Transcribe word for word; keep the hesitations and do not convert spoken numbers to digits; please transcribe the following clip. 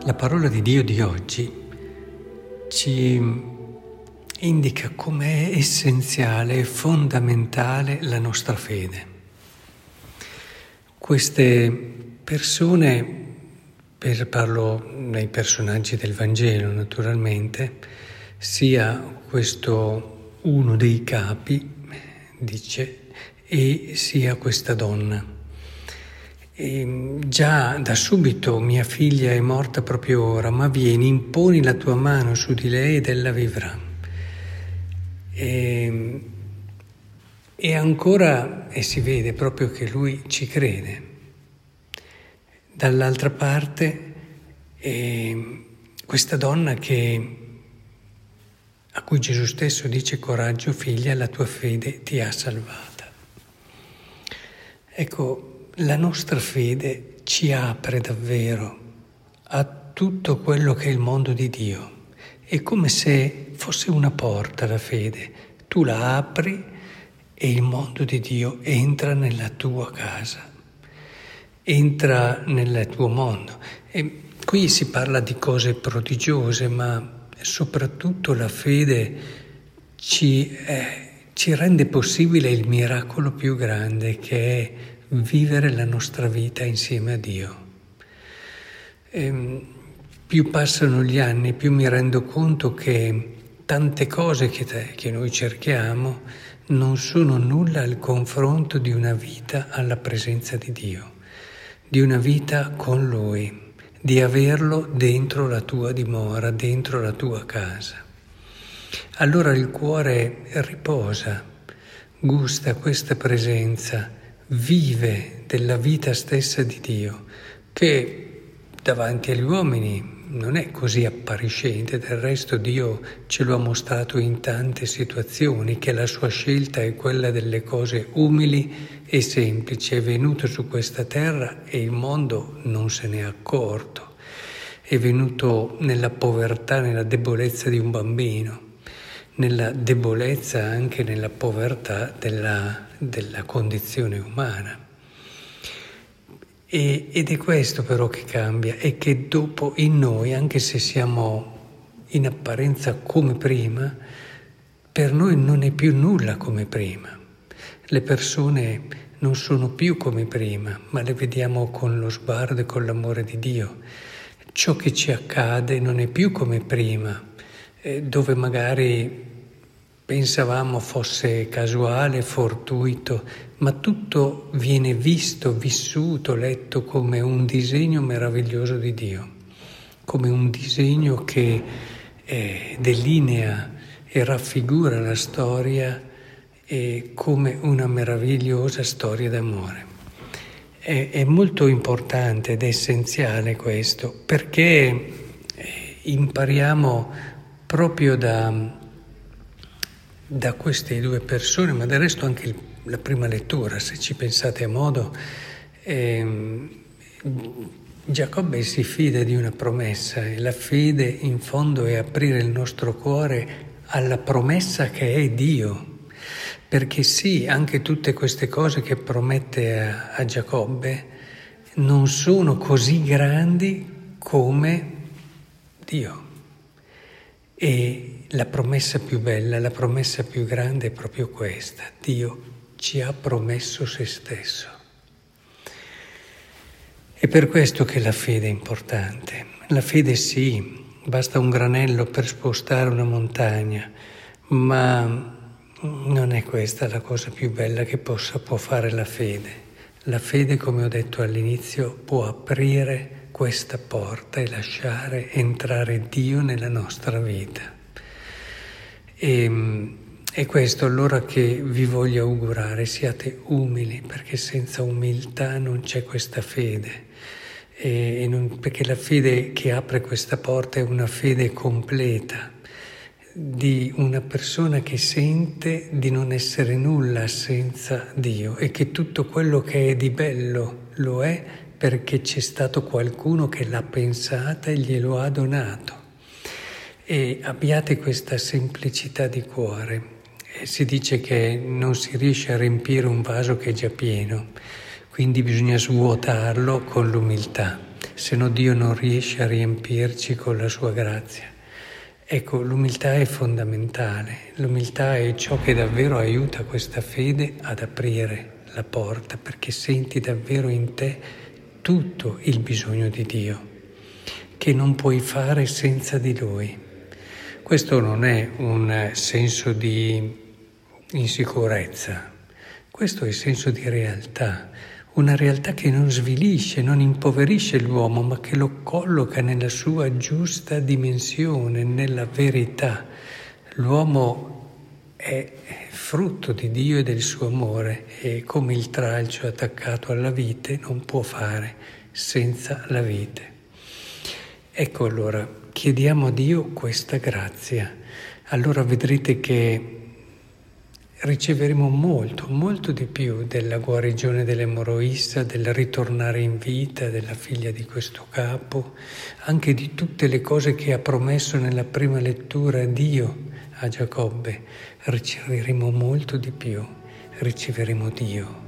La parola di Dio di oggi ci indica come è essenziale e fondamentale la nostra fede. Queste persone, per parlo dei personaggi del Vangelo naturalmente, sia questo uno dei capi, dice, e sia questa donna. E già da subito mia figlia è morta proprio ora, ma vieni, imponi la tua mano su di lei ed ella vivrà. E, e ancora, e si vede proprio che lui ci crede. Dall'altra parte, eh, questa donna che, a cui Gesù stesso dice: coraggio figlia, la tua fede ti ha salvata. Ecco, la nostra fede ci apre davvero a tutto quello che è il mondo di Dio. È come se fosse una porta la fede. Tu la apri e il mondo di Dio entra nella tua casa, entra nel tuo mondo. E qui si parla di cose prodigiose, ma soprattutto la fede ci, eh, ci rende possibile il miracolo più grande, che è vivere la nostra vita insieme a Dio. E più passano gli anni, più mi rendo conto che tante cose che, te, che noi cerchiamo non sono nulla al confronto di una vita alla presenza di Dio, di una vita con Lui, di averlo dentro la tua dimora, dentro la tua casa. Allora il cuore riposa, gusta questa presenza, vive della vita stessa di Dio, che davanti agli uomini non è così appariscente. Del resto Dio ce lo ha mostrato in tante situazioni, che la sua scelta è quella delle cose umili e semplici. È venuto su questa terra e il mondo non se n'è accorto. È venuto nella povertà, nella debolezza di un bambino, nella debolezza, anche nella povertà della, della condizione umana. E, ed è questo però che cambia, è che dopo in noi, anche se siamo in apparenza come prima, per noi non è più nulla come prima. Le persone non sono più come prima, ma le vediamo con lo sguardo e con l'amore di Dio. Ciò che ci accade non è più come prima, dove magari pensavamo fosse casuale, fortuito, ma tutto viene visto, vissuto, letto come un disegno meraviglioso di Dio, come un disegno che eh, delinea e raffigura la storia eh, come una meravigliosa storia d'amore. È, è molto importante ed essenziale questo, perché eh, impariamo proprio da, da queste due persone, ma del resto anche il, la prima lettura, se ci pensate a modo, eh, Giacobbe si fida di una promessa, e la fede in fondo è aprire il nostro cuore alla promessa che è Dio. Perché sì, anche tutte queste cose che promette a, a Giacobbe non sono così grandi come Dio. E la promessa più bella, la promessa più grande è proprio questa: Dio ci ha promesso se stesso. È per questo che la fede è importante. La fede sì, basta un granello per spostare una montagna, ma non è questa la cosa più bella che possa, può fare la fede. La fede, come ho detto all'inizio, può aprire questa porta e lasciare entrare Dio nella nostra vita. E, è questo allora che vi voglio augurare: siate umili, perché senza umiltà non c'è questa fede. E, e non, perché la fede che apre questa porta è una fede completa, di una persona che sente di non essere nulla senza Dio, e che tutto quello che è di bello lo è perché c'è stato qualcuno che l'ha pensata e glielo ha donato. E abbiate questa semplicità di cuore. E si dice che non si riesce a riempire un vaso che è già pieno, quindi bisogna svuotarlo con l'umiltà. se no Dio non riesce a riempirci con la sua grazia. Ecco, l'umiltà è fondamentale, l'umiltà è ciò che davvero aiuta questa fede ad aprire la porta, perché senti davvero in te tutto il bisogno di Dio, che non puoi fare senza di Lui. Questo non è un senso di insicurezza, questo è il senso di realtà, una realtà che non svilisce, non impoverisce l'uomo, ma che lo colloca nella sua giusta dimensione, nella verità. L'uomo è frutto di Dio e del suo amore e come il tralcio attaccato alla vite non può fare senza la vite. Ecco allora, chiediamo a Dio questa grazia, allora vedrete che riceveremo molto, molto di più della guarigione dell'emorroista, del ritornare in vita della figlia di questo capo, anche di tutte le cose che ha promesso nella prima lettura Dio a Giacobbe. Riceveremo molto di più, riceveremo Dio.